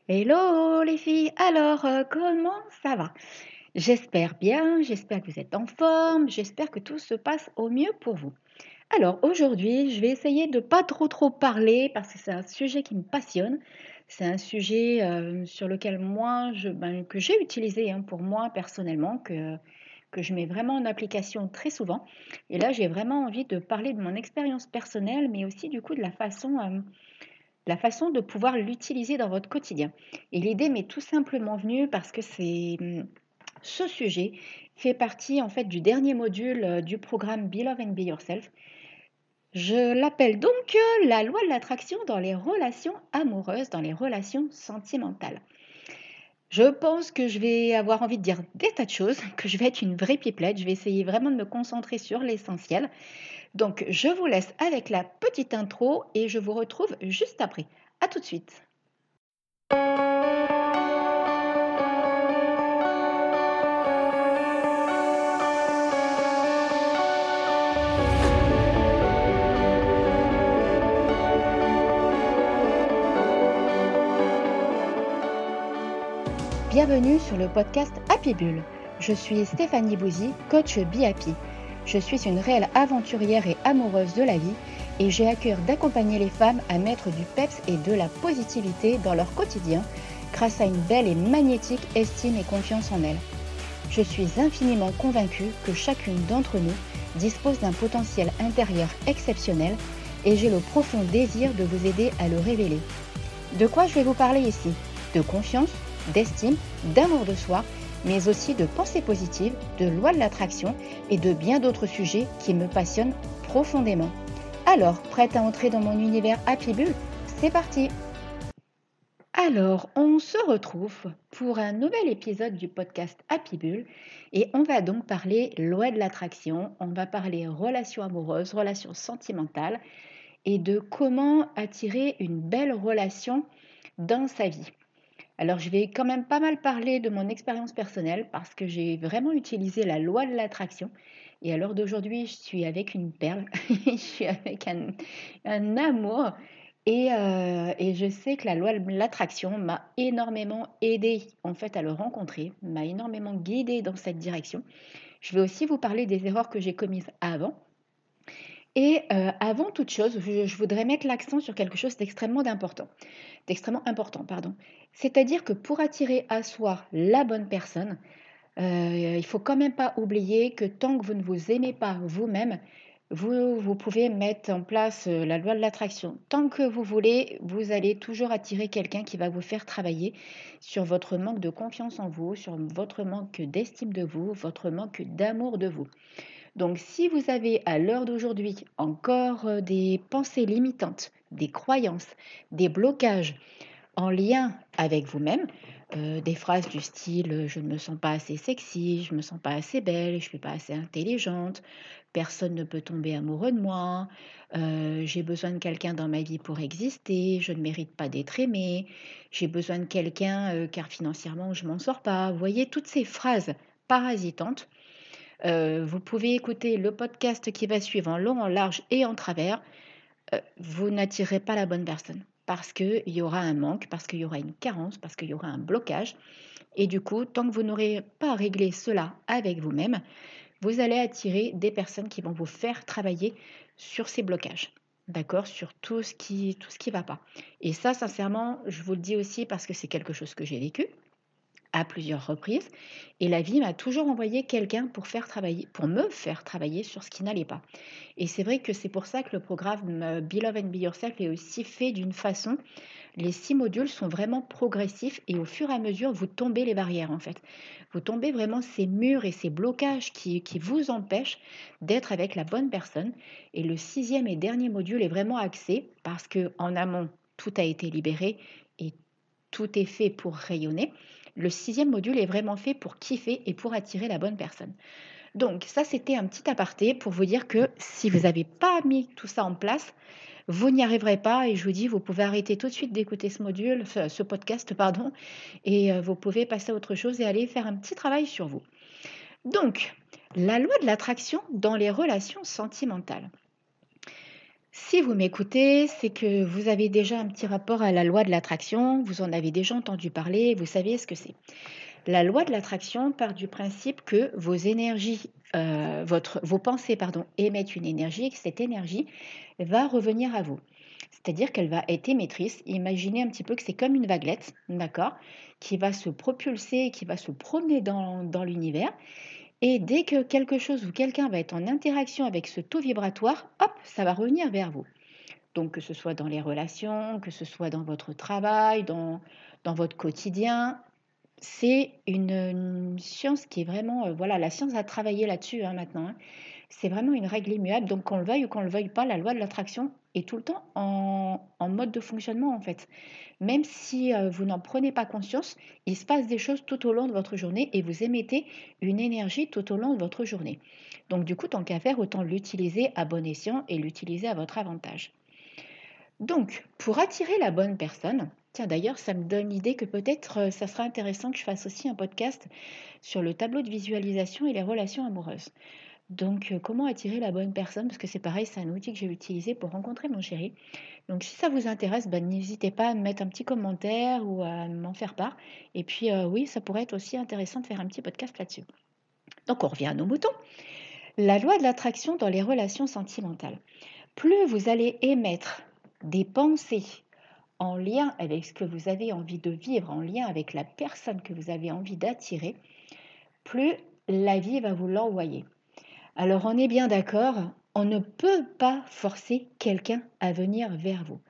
Hello les filles, alors comment ça va? J'espère bien, j'espère que vous êtes en forme, j'espère que tout se passe au mieux pour vous. Alors aujourd'hui, je vais essayer de pas trop parler parce que c'est un sujet qui me passionne. C'est un sujet sur lequel que j'ai utilisé pour moi personnellement, que je mets vraiment en application très souvent. Et là, j'ai vraiment envie de parler de mon expérience personnelle, mais aussi du coup de la façon de pouvoir l'utiliser dans votre quotidien. Et l'idée m'est tout simplement venue parce que ce sujet fait partie en fait du dernier module du programme Be Love and Be Yourself. Je l'appelle donc la loi de l'attraction dans les relations amoureuses, dans les relations sentimentales. Je pense que je vais avoir envie de dire des tas de choses, que je vais être une vraie pipelette. Je vais essayer vraiment de me concentrer sur l'essentiel. Donc, je vous laisse avec la petite intro et je vous retrouve juste après. À tout de suite. Bienvenue sur le podcast Happy Bull. Je suis Stéphanie Bouzy, coach Be Happy. Je suis une réelle aventurière et amoureuse de la vie et j'ai à cœur d'accompagner les femmes à mettre du peps et de la positivité dans leur quotidien grâce à une belle et magnétique estime et confiance en elles. Je suis infiniment convaincue que chacune d'entre nous dispose d'un potentiel intérieur exceptionnel et j'ai le profond désir de vous aider à le révéler. De quoi je vais vous parler ici? De confiance, d'estime, d'amour de soi, mais aussi de pensée positive, de loi de l'attraction et de bien d'autres sujets qui me passionnent profondément. Alors, prête à entrer dans mon univers Happy Bull? C'est parti! Alors, on se retrouve pour un nouvel épisode du podcast Happy Bull et on va donc parler loi de l'attraction, on va parler relations amoureuses, relations sentimentales et de comment attirer une belle relation dans sa vie. Alors, je vais quand même pas mal parler de mon expérience personnelle parce que j'ai vraiment utilisé la loi de l'attraction. Et à l'heure d'aujourd'hui, je suis avec une perle, je suis avec un amour. Et je sais que la loi de l'attraction m'a énormément aidée en fait à le rencontrer, m'a énormément guidée dans cette direction. Je vais aussi vous parler des erreurs que j'ai commises avant. Et avant toute chose, je voudrais mettre l'accent sur quelque chose d'extrêmement important, pardon. C'est-à-dire que pour attirer à soi la bonne personne, il ne faut quand même pas oublier que tant que vous ne vous aimez pas vous-même, vous pouvez mettre en place la loi de l'attraction. Tant que vous voulez, vous allez toujours attirer quelqu'un qui va vous faire travailler sur votre manque de confiance en vous, sur votre manque d'estime de vous, votre manque d'amour de vous. Donc si vous avez à l'heure d'aujourd'hui encore des pensées limitantes, des croyances, des blocages en lien avec vous-même, des phrases du style je ne me sens pas assez sexy, je ne me sens pas assez belle, je ne suis pas assez intelligente, personne ne peut tomber amoureux de moi, j'ai besoin de quelqu'un dans ma vie pour exister, je ne mérite pas d'être aimée, j'ai besoin de quelqu'un car financièrement je m'en sors pas. Vous voyez toutes ces phrases parasitantes. Vous pouvez écouter le podcast qui va suivre en long, en large et en travers. Vous n'attirerez pas la bonne personne parce qu'il y aura un manque, parce qu'il y aura une carence, parce qu'il y aura un blocage. Et du coup, tant que vous n'aurez pas réglé cela avec vous-même, vous allez attirer des personnes qui vont vous faire travailler sur ces blocages. D'accord? Sur tout ce qui va pas. Et ça, sincèrement, je vous le dis aussi parce que c'est quelque chose que j'ai vécu à plusieurs reprises et la vie m'a toujours envoyé quelqu'un pour me faire travailler sur ce qui n'allait pas. Et c'est vrai que c'est pour ça que le programme Be Love and Be Yourself est aussi fait d'une façon, les 6 modules sont vraiment progressifs et au fur et à mesure, vous tombez les barrières en fait. Vous tombez vraiment ces murs et ces blocages qui vous empêchent d'être avec la bonne personne. Et le 6e et dernier module est vraiment axé parce que en amont, tout a été libéré et tout est fait pour rayonner. Le 6e module est vraiment fait pour kiffer et pour attirer la bonne personne. Donc ça, c'était un petit aparté pour vous dire que si vous n'avez pas mis tout ça en place, vous n'y arriverez pas et je vous dis, vous pouvez arrêter tout de suite d'écouter ce podcast, pardon, et vous pouvez passer à autre chose et aller faire un petit travail sur vous. Donc, la loi de l'attraction dans les relations sentimentales. Si vous m'écoutez, c'est que vous avez déjà un petit rapport à la loi de l'attraction, vous en avez déjà entendu parler, vous savez ce que c'est. La loi de l'attraction part du principe que vos énergies, vos pensées pardon, émettent une énergie et que cette énergie va revenir à vous. C'est-à-dire qu'elle va être émettrice. Imaginez un petit peu que c'est comme une vaguelette, d'accord, qui va se propulser, qui va se promener dans l'univers. Et dès que quelque chose ou quelqu'un va être en interaction avec ce taux vibratoire, hop, ça va revenir vers vous. Donc que ce soit dans les relations, que ce soit dans votre travail, dans votre quotidien, c'est une science qui est vraiment, voilà, la science a travaillé là-dessus maintenant, hein. C'est vraiment une règle immuable, donc qu'on le veuille ou qu'on ne le veuille pas, la loi de l'attraction est tout le temps en mode de fonctionnement en fait. Même si vous n'en prenez pas conscience, il se passe des choses tout au long de votre journée et vous émettez une énergie tout au long de votre journée. Donc du coup, tant qu'à faire, autant l'utiliser à bon escient et l'utiliser à votre avantage. Donc, pour attirer la bonne personne, tiens d'ailleurs, ça me donne l'idée que peut-être ça sera intéressant que je fasse aussi un podcast sur le tableau de visualisation et les relations amoureuses. Donc, comment attirer la bonne personne? Parce que c'est pareil, c'est un outil que j'ai utilisé pour rencontrer mon chéri. Donc, si ça vous intéresse, ben, n'hésitez pas à me mettre un petit commentaire ou à m'en faire part. Et puis, oui, ça pourrait être aussi intéressant de faire un petit podcast là-dessus. Donc, on revient à nos moutons. La loi de l'attraction dans les relations sentimentales. Plus vous allez émettre des pensées en lien avec ce que vous avez envie de vivre, en lien avec la personne que vous avez envie d'attirer, plus la vie va vous l'envoyer. Alors on est bien d'accord, on ne peut pas forcer quelqu'un à venir vers vous.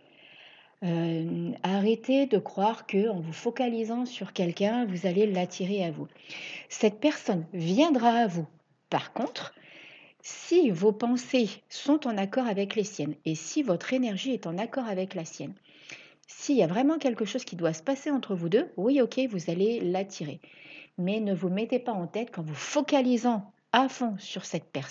Arrêtez de croire que en vous focalisant sur quelqu'un, vous allez l'attirer à vous. Cette personne viendra à vous. Par contre, si vos pensées sont en accord avec les siennes et si votre énergie est en accord avec la sienne, s'il y a vraiment quelque chose qui doit se passer entre vous deux, oui, ok, vous allez l'attirer. Mais ne vous mettez pas en tête qu'en vous focalisant à fond sur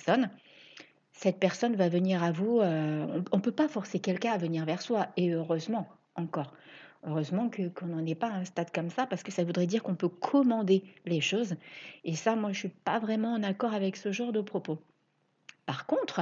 cette personne va venir à vous. On ne peut pas forcer quelqu'un à venir vers soi, et heureusement encore. Heureusement qu'on n'en est pas à un stade comme ça, parce que ça voudrait dire qu'on peut commander les choses. Et ça, moi, je ne suis pas vraiment en accord avec ce genre de propos. Par contre,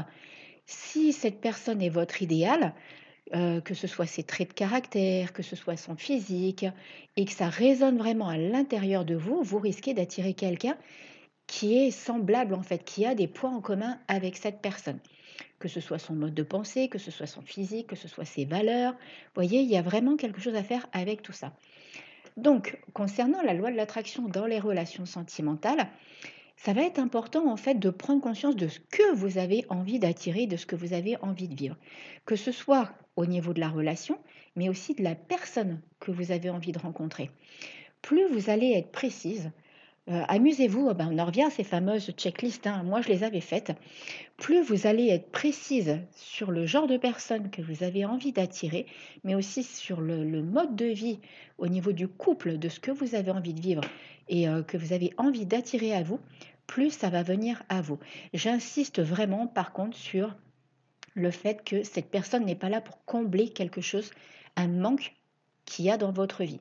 si cette personne est votre idéal, que ce soit ses traits de caractère, que ce soit son physique, et que ça résonne vraiment à l'intérieur de vous, vous risquez d'attirer quelqu'un qui est semblable en fait, qui a des points en commun avec cette personne. Que ce soit son mode de pensée, que ce soit son physique, que ce soit ses valeurs. Vous voyez, il y a vraiment quelque chose à faire avec tout ça. Donc, concernant la loi de l'attraction dans les relations sentimentales, ça va être important en fait de prendre conscience de ce que vous avez envie d'attirer, de ce que vous avez envie de vivre. Que ce soit au niveau de la relation, mais aussi de la personne que vous avez envie de rencontrer. Plus vous allez être précise, amusez-vous, on en revient à ces fameuses checklists, hein, moi je les avais faites. Plus vous allez être précise sur le genre de personne que vous avez envie d'attirer, mais aussi sur le mode de vie au niveau du couple, de ce que vous avez envie de vivre et que vous avez envie d'attirer à vous, plus ça va venir à vous. J'insiste vraiment par contre sur le fait que cette personne n'est pas là pour combler quelque chose, un manque qu'il y a dans votre vie.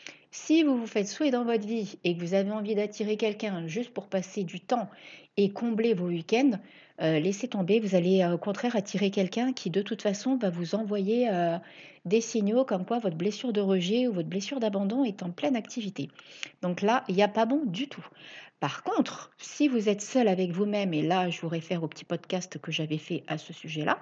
Si vous vous faites souhaiter dans votre vie et que vous avez envie d'attirer quelqu'un juste pour passer du temps et combler vos week-ends, laissez tomber. Vous allez au contraire attirer quelqu'un qui de toute façon va vous envoyer des signaux comme quoi votre blessure de rejet ou votre blessure d'abandon est en pleine activité. Donc là, il n'y a pas bon du tout. Par contre, si vous êtes seul avec vous-même, et là je vous réfère au petit podcast que j'avais fait à ce sujet-là,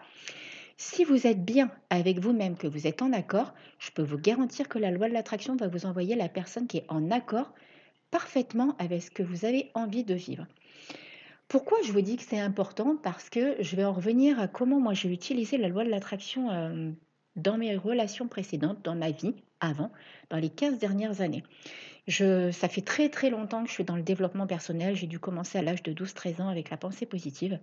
si vous êtes bien avec vous-même, que vous êtes en accord, je peux vous garantir que la loi de l'attraction va vous envoyer la personne qui est en accord parfaitement avec ce que vous avez envie de vivre. Pourquoi je vous dis que c'est important? Parce que je vais en revenir à comment moi j'ai utilisé la loi de l'attraction dans mes relations précédentes, dans ma vie avant, dans les 15 dernières années. Ça fait très très longtemps que je suis dans le développement personnel. J'ai dû commencer à l'âge de 12-13 ans avec la pensée positive.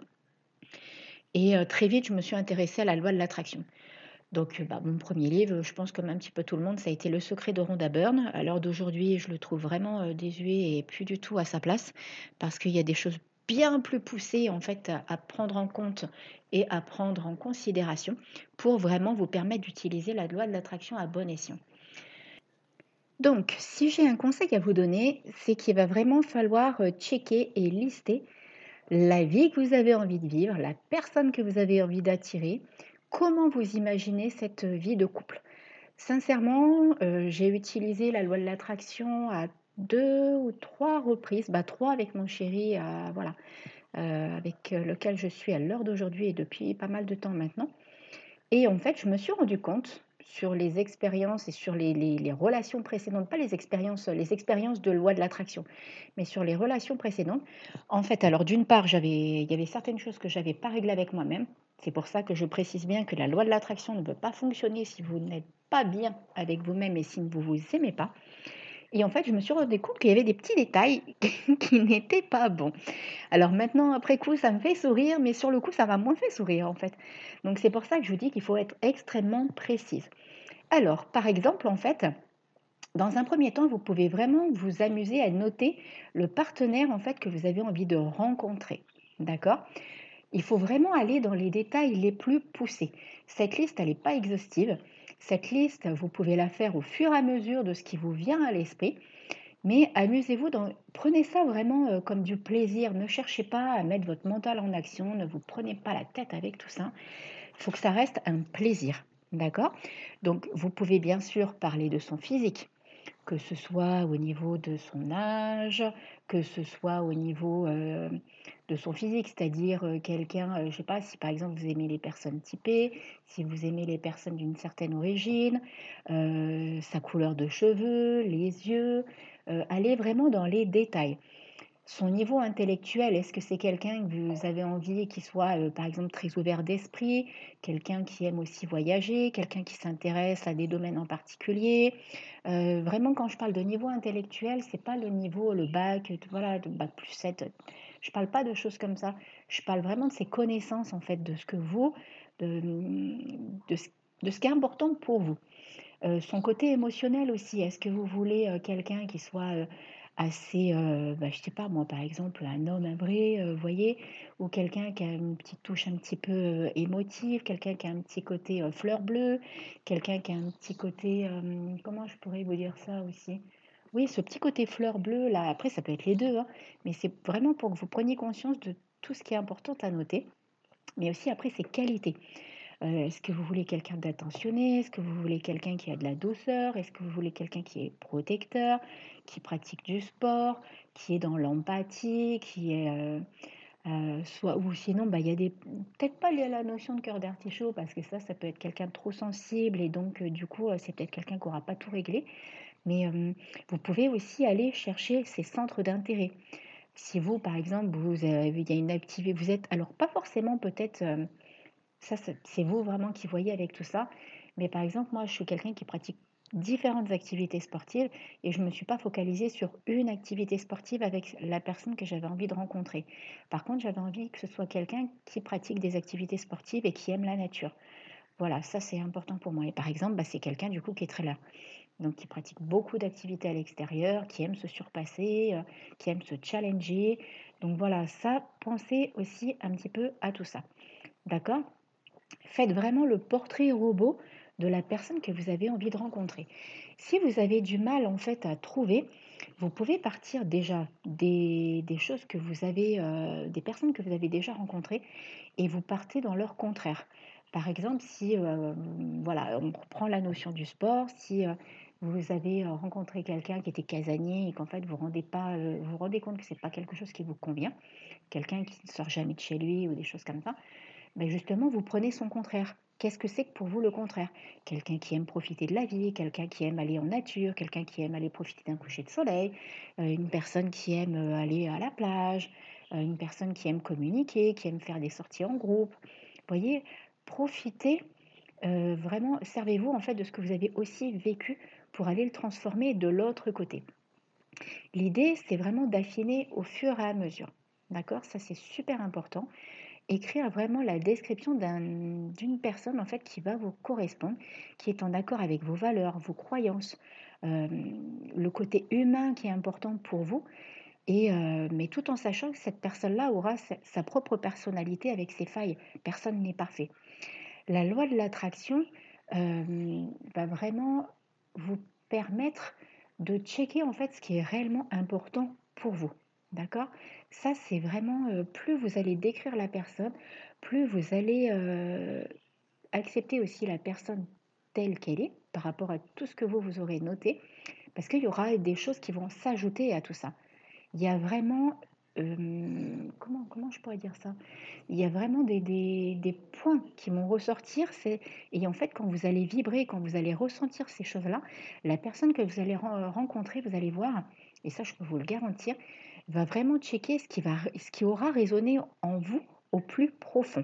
Et très vite, je me suis intéressée à la loi de l'attraction. Donc, mon premier livre, je pense comme un petit peu tout le monde, ça a été Le secret de Rhonda Byrne. À l'heure d'aujourd'hui, je le trouve vraiment, désuet et plus du tout à sa place parce qu'il y a des choses bien plus poussées, en fait, à prendre en compte et à prendre en considération pour vraiment vous permettre d'utiliser la loi de l'attraction à bon escient. Donc, si j'ai un conseil à vous donner, c'est qu'il va vraiment falloir, checker et lister la vie que vous avez envie de vivre, la personne que vous avez envie d'attirer, comment vous imaginez cette vie de couple. Sincèrement, j'ai utilisé la loi de l'attraction à 2 ou 3 reprises, 3 avec mon chéri, voilà, avec, lequel je suis à l'heure d'aujourd'hui et depuis pas mal de temps maintenant. Et en fait, je me suis rendu compte sur les expériences et sur les relations précédentes, pas les expériences de loi de l'attraction, mais sur les relations précédentes. En fait, alors d'une part, il y avait certaines choses que j'avais pas réglées avec moi-même. C'est pour ça que je précise bien que la loi de l'attraction ne peut pas fonctionner si vous n'êtes pas bien avec vous-même et si vous vous aimez pas. Et en fait, je me suis rendu compte qu'il y avait des petits détails qui n'étaient pas bons. Alors maintenant, après coup, ça me fait sourire, mais sur le coup, ça m'a moins fait sourire en fait. Donc c'est pour ça que je vous dis qu'il faut être extrêmement précise. Alors, par exemple, en fait, dans un premier temps, vous pouvez vraiment vous amuser à noter le partenaire en fait que vous avez envie de rencontrer. D'accord? Il faut vraiment aller dans les détails les plus poussés. Cette liste, elle n'est pas exhaustive. Cette liste, vous pouvez la faire au fur et à mesure de ce qui vous vient à l'esprit. Mais amusez-vous, prenez ça vraiment comme du plaisir. Ne cherchez pas à mettre votre mental en action. Ne vous prenez pas la tête avec tout ça. Il faut que ça reste un plaisir. D'accord? Donc, vous pouvez bien sûr parler de son physique, que ce soit au niveau de son âge, que ce soit au niveau de son physique, c'est-à-dire quelqu'un, je ne sais pas, si par exemple vous aimez les personnes typées, si vous aimez les personnes d'une certaine origine, sa couleur de cheveux, les yeux, allez vraiment dans les détails. Son niveau intellectuel, est-ce que c'est quelqu'un que vous avez envie qui soit, par exemple, très ouvert d'esprit, quelqu'un qui aime aussi voyager, quelqu'un qui s'intéresse à des domaines en particulier? Vraiment, quand je parle de niveau intellectuel, c'est pas le niveau, le bac, voilà, de bac plus 7. Je parle pas de choses comme ça. Je parle vraiment de ses connaissances, en fait, de ce que vous, de, de ce, de ce qui est important pour vous. Son côté émotionnel aussi, est-ce que vous voulez quelqu'un qui soit assez, je sais pas moi, par exemple, un homme, un vrai, vous voyez, ou quelqu'un qui a une petite touche un petit peu émotive, quelqu'un qui a un petit côté fleur bleue, quelqu'un qui a un petit côté, comment je pourrais vous dire ça aussi? Oui, ce petit côté fleur bleue là, après ça peut être les deux, hein, mais c'est vraiment pour que vous preniez conscience de tout ce qui est important à noter, mais aussi après ses qualités. Est-ce que vous voulez quelqu'un d'attentionné? Est-ce que vous voulez quelqu'un qui a de la douceur? Est-ce que vous voulez quelqu'un qui est protecteur, qui pratique du sport, qui est dans l'empathie, qui est, soit ou sinon, il y a des peut-être pas la notion de cœur d'artichaut parce que ça peut être quelqu'un de trop sensible et donc du coup, c'est peut-être quelqu'un qui aura pas tout réglé. Mais, vous pouvez aussi aller chercher ses centres d'intérêt. Si vous, par exemple, il y a une activité vous êtes alors pas forcément peut-être, ça, c'est vous vraiment qui voyez avec tout ça. Mais par exemple, moi, je suis quelqu'un qui pratique différentes activités sportives et je ne me suis pas focalisée sur une activité sportive avec la personne que j'avais envie de rencontrer. Par contre, j'avais envie que ce soit quelqu'un qui pratique des activités sportives et qui aime la nature. Voilà, ça c'est important pour moi. Et par exemple, c'est quelqu'un du coup qui est très là. Donc qui pratique beaucoup d'activités à l'extérieur, qui aime se surpasser, qui aime se challenger. Donc voilà, ça, pensez aussi un petit peu à tout ça. D'accord? Faites vraiment le portrait robot de la personne que vous avez envie de rencontrer. Si vous avez du mal en fait à trouver, vous pouvez partir déjà des choses que vous avez, des personnes que vous avez déjà rencontrées et vous partez dans leur contraire. Par exemple, si voilà, on reprend la notion du sport, si vous avez rencontré quelqu'un qui était casanier et qu'en fait vous vous rendez compte que c'est pas quelque chose qui vous convient, quelqu'un qui ne sort jamais de chez lui ou des choses comme ça, ben justement, vous prenez son contraire. Qu'est-ce que c'est que pour vous le contraire? Quelqu'un qui aime profiter de la vie, quelqu'un qui aime aller en nature, quelqu'un qui aime aller profiter d'un coucher de soleil, une personne qui aime aller à la plage, une personne qui aime communiquer, qui aime faire des sorties en groupe. Vous voyez, profitez vraiment, servez-vous en fait de ce que vous avez aussi vécu pour aller le transformer de l'autre côté. L'idée, c'est vraiment d'affiner au fur et à mesure. D'accord? Ça, c'est super important. Écrire vraiment la description d'une personne en fait qui va vous correspondre, qui est en accord avec vos valeurs, vos croyances, euh, le côté humain qui est important pour vous, mais tout en sachant que cette personne-là aura sa propre personnalité avec ses failles. Personne n'est parfait. La loi de l'attraction va vraiment vous permettre de checker en fait ce qui est réellement important pour vous. D'accord? Ça, c'est vraiment, plus vous allez décrire la personne, plus vous allez accepter aussi la personne telle qu'elle est par rapport à tout ce que vous aurez noté, parce qu'il y aura des choses qui vont s'ajouter à tout ça. Il y a vraiment, comment je pourrais dire ça? Il y a vraiment des points qui vont ressortir. Et en fait, quand vous allez vibrer, quand vous allez ressentir ces choses-là, la personne que vous allez rencontrer, vous allez voir, et ça je peux vous le garantir, va vraiment checker ce qui aura résonné en vous au plus profond.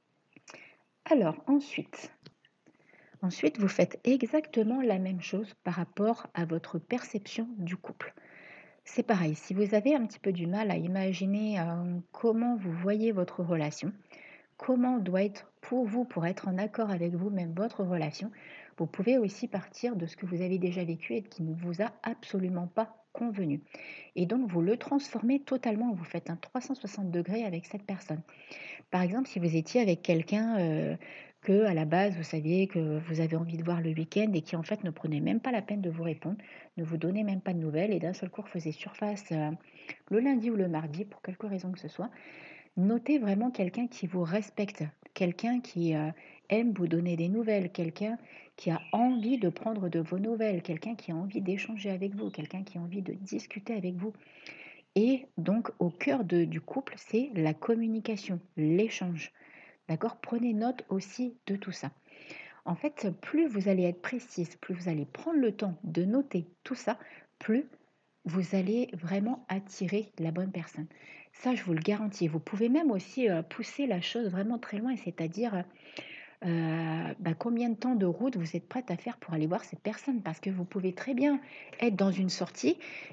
Alors ensuite, vous faites exactement la même chose par rapport à votre perception du couple. C'est pareil, si vous avez un petit peu du mal à imaginer comment vous voyez votre relation, comment doit être pour vous, pour être en accord avec vous-même, votre relation, vous pouvez aussi partir de ce que vous avez déjà vécu et qui ne vous a absolument pas convenu. Et donc, vous le transformez totalement, vous faites un 360 degrés avec cette personne. Par exemple, si vous étiez avec quelqu'un que à la base, vous saviez que vous avez envie de voir le week-end et qui en fait ne prenait même pas la peine de vous répondre, ne vous donnait même pas de nouvelles et d'un seul coup faisait surface le lundi ou le mardi pour quelque raison que ce soit, notez vraiment quelqu'un qui vous respecte, quelqu'un qui aime vous donner des nouvelles, quelqu'un qui a envie de prendre de vos nouvelles, quelqu'un qui a envie d'échanger avec vous, quelqu'un qui a envie de discuter avec vous. Et donc, au cœur du couple, c'est la communication, l'échange. D'accord? Prenez note aussi de tout ça. En fait, plus vous allez être précise, plus vous allez prendre le temps de noter tout ça, plus vous allez vraiment attirer la bonne personne. Ça, je vous le garantis. Vous pouvez même aussi pousser la chose vraiment très loin, c'est-à-dire combien de temps de route vous êtes prête à faire pour aller voir cette personne? Parce que vous pouvez très bien être dans une sortie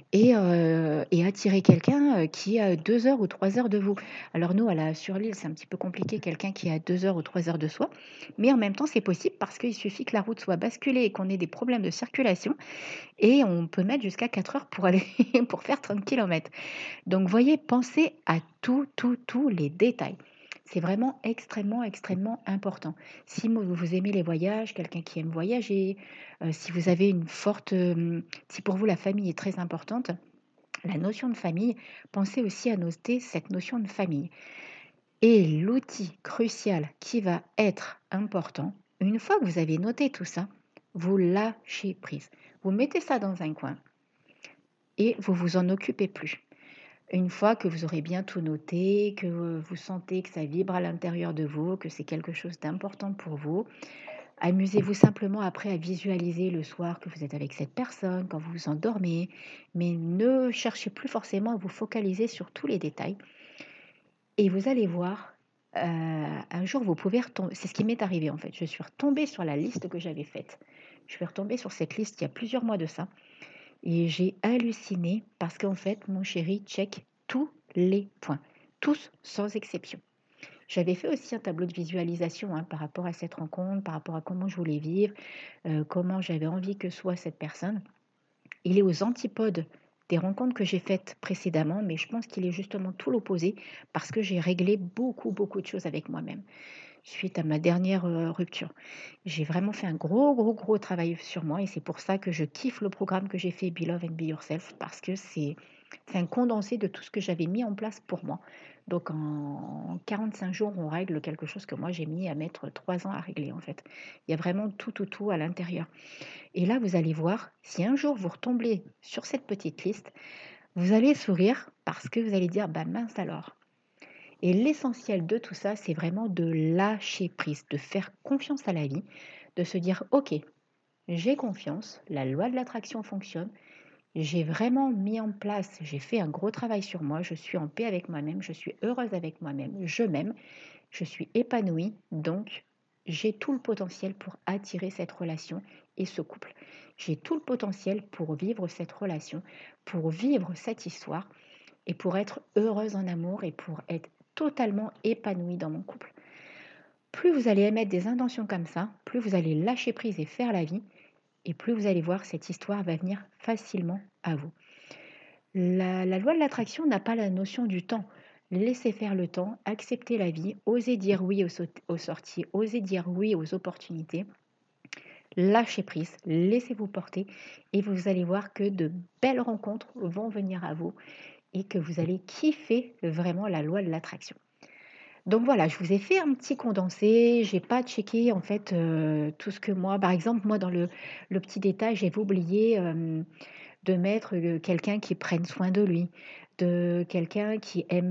et attirer quelqu'un qui est à 2 heures ou 3 heures de vous. Alors nous, sur l'île, c'est un petit peu compliqué, quelqu'un qui est à 2 heures ou 3 heures de soi, mais en même temps, c'est possible parce qu'il suffit que la route soit basculée et qu'on ait des problèmes de circulation et on peut mettre jusqu'à 4 heures pour aller pour faire 30 kilomètres. Donc voyez, pensez à tous les détails. C'est vraiment extrêmement, extrêmement important. Si vous aimez les voyages, quelqu'un qui aime voyager, si vous avez si pour vous la famille est très importante, la notion de famille, pensez aussi à noter cette notion de famille. Et l'outil crucial qui va être important, une fois que vous avez noté tout ça, vous lâchez prise. Vous mettez ça dans un coin et vous vous en occupez plus. Une fois que vous aurez bien tout noté, que vous sentez que ça vibre à l'intérieur de vous, que c'est quelque chose d'important pour vous, amusez-vous simplement après à visualiser le soir que vous êtes avec cette personne, quand vous vous endormez, mais ne cherchez plus forcément à vous focaliser sur tous les détails. Et vous allez voir, un jour vous pouvez retomber, c'est ce qui m'est arrivé en fait, je suis retombée sur la liste que j'avais faite. Je suis retombée sur cette liste il y a plusieurs mois de ça. Et j'ai halluciné parce qu'en fait, mon chéri check tous les points, tous sans exception. J'avais fait aussi un tableau de visualisation par rapport à cette rencontre, par rapport à comment je voulais vivre, comment j'avais envie que soit cette personne. Il est aux antipodes des rencontres que j'ai faites précédemment, mais je pense qu'il est justement tout l'opposé parce que j'ai réglé beaucoup, beaucoup de choses avec moi-même suite à ma dernière rupture. J'ai vraiment fait un gros, gros, gros travail sur moi et c'est pour ça que je kiffe le programme que j'ai fait Be Love and Be Yourself parce que c'est un condensé de tout ce que j'avais mis en place pour moi. Donc en 45 jours, on règle quelque chose que moi j'ai mis à mettre 3 ans à régler en fait. Il y a vraiment tout à l'intérieur. Et là, vous allez voir, si un jour vous retombez sur cette petite liste, vous allez sourire parce que vous allez dire, bah mince alors. Et l'essentiel de tout ça, c'est vraiment de lâcher prise, de faire confiance à la vie, de se dire, ok, j'ai confiance, la loi de l'attraction fonctionne, j'ai vraiment mis en place, j'ai fait un gros travail sur moi, je suis en paix avec moi-même, je suis heureuse avec moi-même, je m'aime, je suis épanouie, donc j'ai tout le potentiel pour attirer cette relation et ce couple. J'ai tout le potentiel pour vivre cette relation, pour vivre cette histoire et pour être heureuse en amour et pour être totalement épanouie dans mon couple. Plus vous allez émettre des intentions comme ça, plus vous allez lâcher prise et faire la vie, et plus vous allez voir cette histoire va venir facilement à vous. La loi de l'attraction n'a pas la notion du temps. Laissez faire le temps, acceptez la vie, osez dire oui aux sorties, osez dire oui aux opportunités. Lâchez prise, laissez-vous porter et vous allez voir que de belles rencontres vont venir à vous et que vous allez kiffer vraiment la loi de l'attraction. Donc voilà, je vous ai fait un petit condensé. J'ai pas checké en fait, tout ce que moi par exemple, moi dans le petit détail, j'avais oublié, de mettre, quelqu'un qui prenne soin de lui, de quelqu'un qui aime,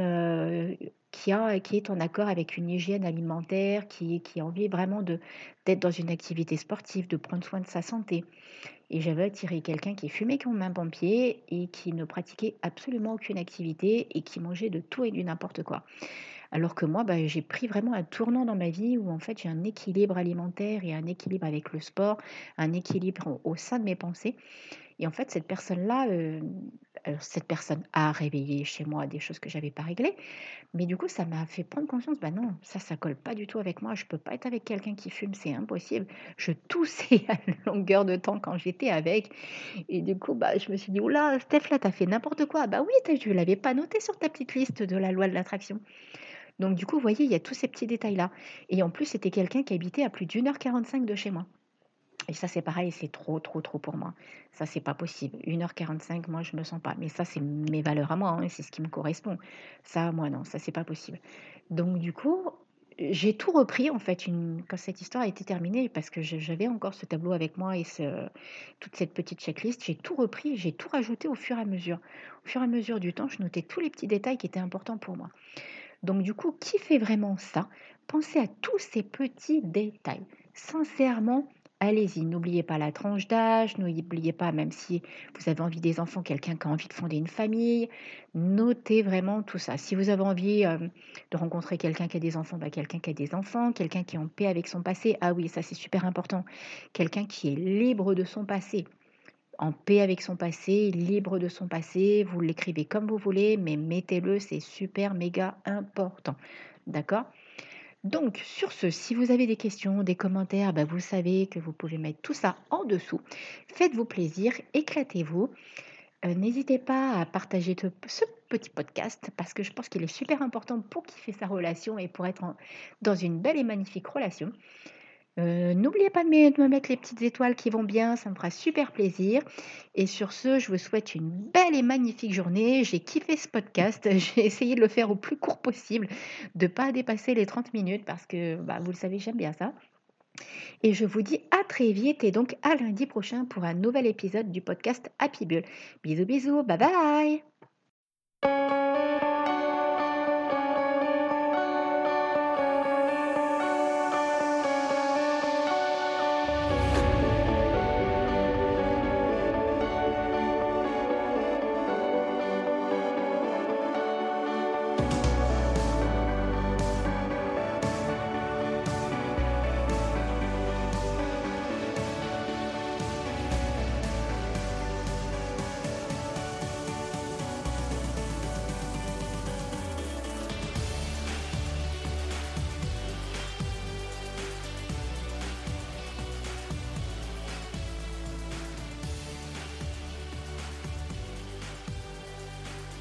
qui est en accord avec une hygiène alimentaire, qui a envie vraiment d'être dans une activité sportive, de prendre soin de sa santé. Et j'avais attiré quelqu'un qui fumait comme un pompier et qui ne pratiquait absolument aucune activité et qui mangeait de tout et du n'importe quoi. Alors que moi, bah, j'ai pris vraiment un tournant dans ma vie où en fait j'ai un équilibre alimentaire et un équilibre avec le sport, un équilibre au sein de mes pensées. Et en fait, cette personne-là, cette personne a réveillé chez moi des choses que j'avais pas réglées. Mais du coup, ça m'a fait prendre conscience, bah non, ça colle pas du tout avec moi. Je peux pas être avec quelqu'un qui fume, c'est impossible. Je toussais à longueur de temps quand j'étais avec. Et du coup, bah, je me suis dit, oula, Steph, là, t'as fait n'importe quoi. Bah oui, tu l'avais pas noté sur ta petite liste de la loi de l'attraction. Donc du coup, vous voyez, il y a tous ces petits détails-là. Et en plus, c'était quelqu'un qui habitait à plus d'1h45 de chez moi. Et ça, c'est pareil, c'est trop, trop, trop pour moi. Ça, c'est pas possible. 1h45, moi, je me sens pas. Mais ça, c'est mes valeurs à moi, hein, c'est ce qui me correspond. Ça, moi, non, ça, c'est pas possible. Donc du coup, j'ai tout repris, en fait, quand cette histoire a été terminée, parce que j'avais encore ce tableau avec moi et toute cette petite checklist, j'ai tout repris, j'ai tout rajouté au fur et à mesure. Au fur et à mesure du temps, je notais tous les petits détails qui étaient importants pour moi. Donc du coup, qui fait vraiment ça? Pensez à tous ces petits détails. Sincèrement, allez-y. N'oubliez pas la tranche d'âge, n'oubliez pas, même si vous avez envie des enfants, quelqu'un qui a envie de fonder une famille, notez vraiment tout ça. Si vous avez envie de rencontrer quelqu'un qui a des enfants, bah, quelqu'un qui a des enfants, quelqu'un qui est en paix avec son passé, ah oui, ça c'est super important. Quelqu'un qui est libre de son passé, en paix avec son passé, libre de son passé. Vous l'écrivez comme vous voulez, mais mettez-le, c'est super méga important. D'accord? Donc, sur ce, si vous avez des questions, des commentaires, bah, vous savez que vous pouvez mettre tout ça en dessous. Faites-vous plaisir, éclatez-vous. N'hésitez pas à partager ce petit podcast parce que je pense qu'il est super important pour kiffer sa relation et pour être dans une belle et magnifique relation. N'oubliez pas de me mettre les petites étoiles qui vont bien, ça me fera super plaisir. Et sur ce, je vous souhaite une belle et magnifique journée. J'ai kiffé ce podcast. J'ai essayé de le faire au plus court possible, de ne pas dépasser les 30 minutes parce que, bah, vous le savez, j'aime bien ça. Et je vous dis à très vite et donc à lundi prochain pour un nouvel épisode du podcast Happy Bull. Bisous, bisous, bye bye!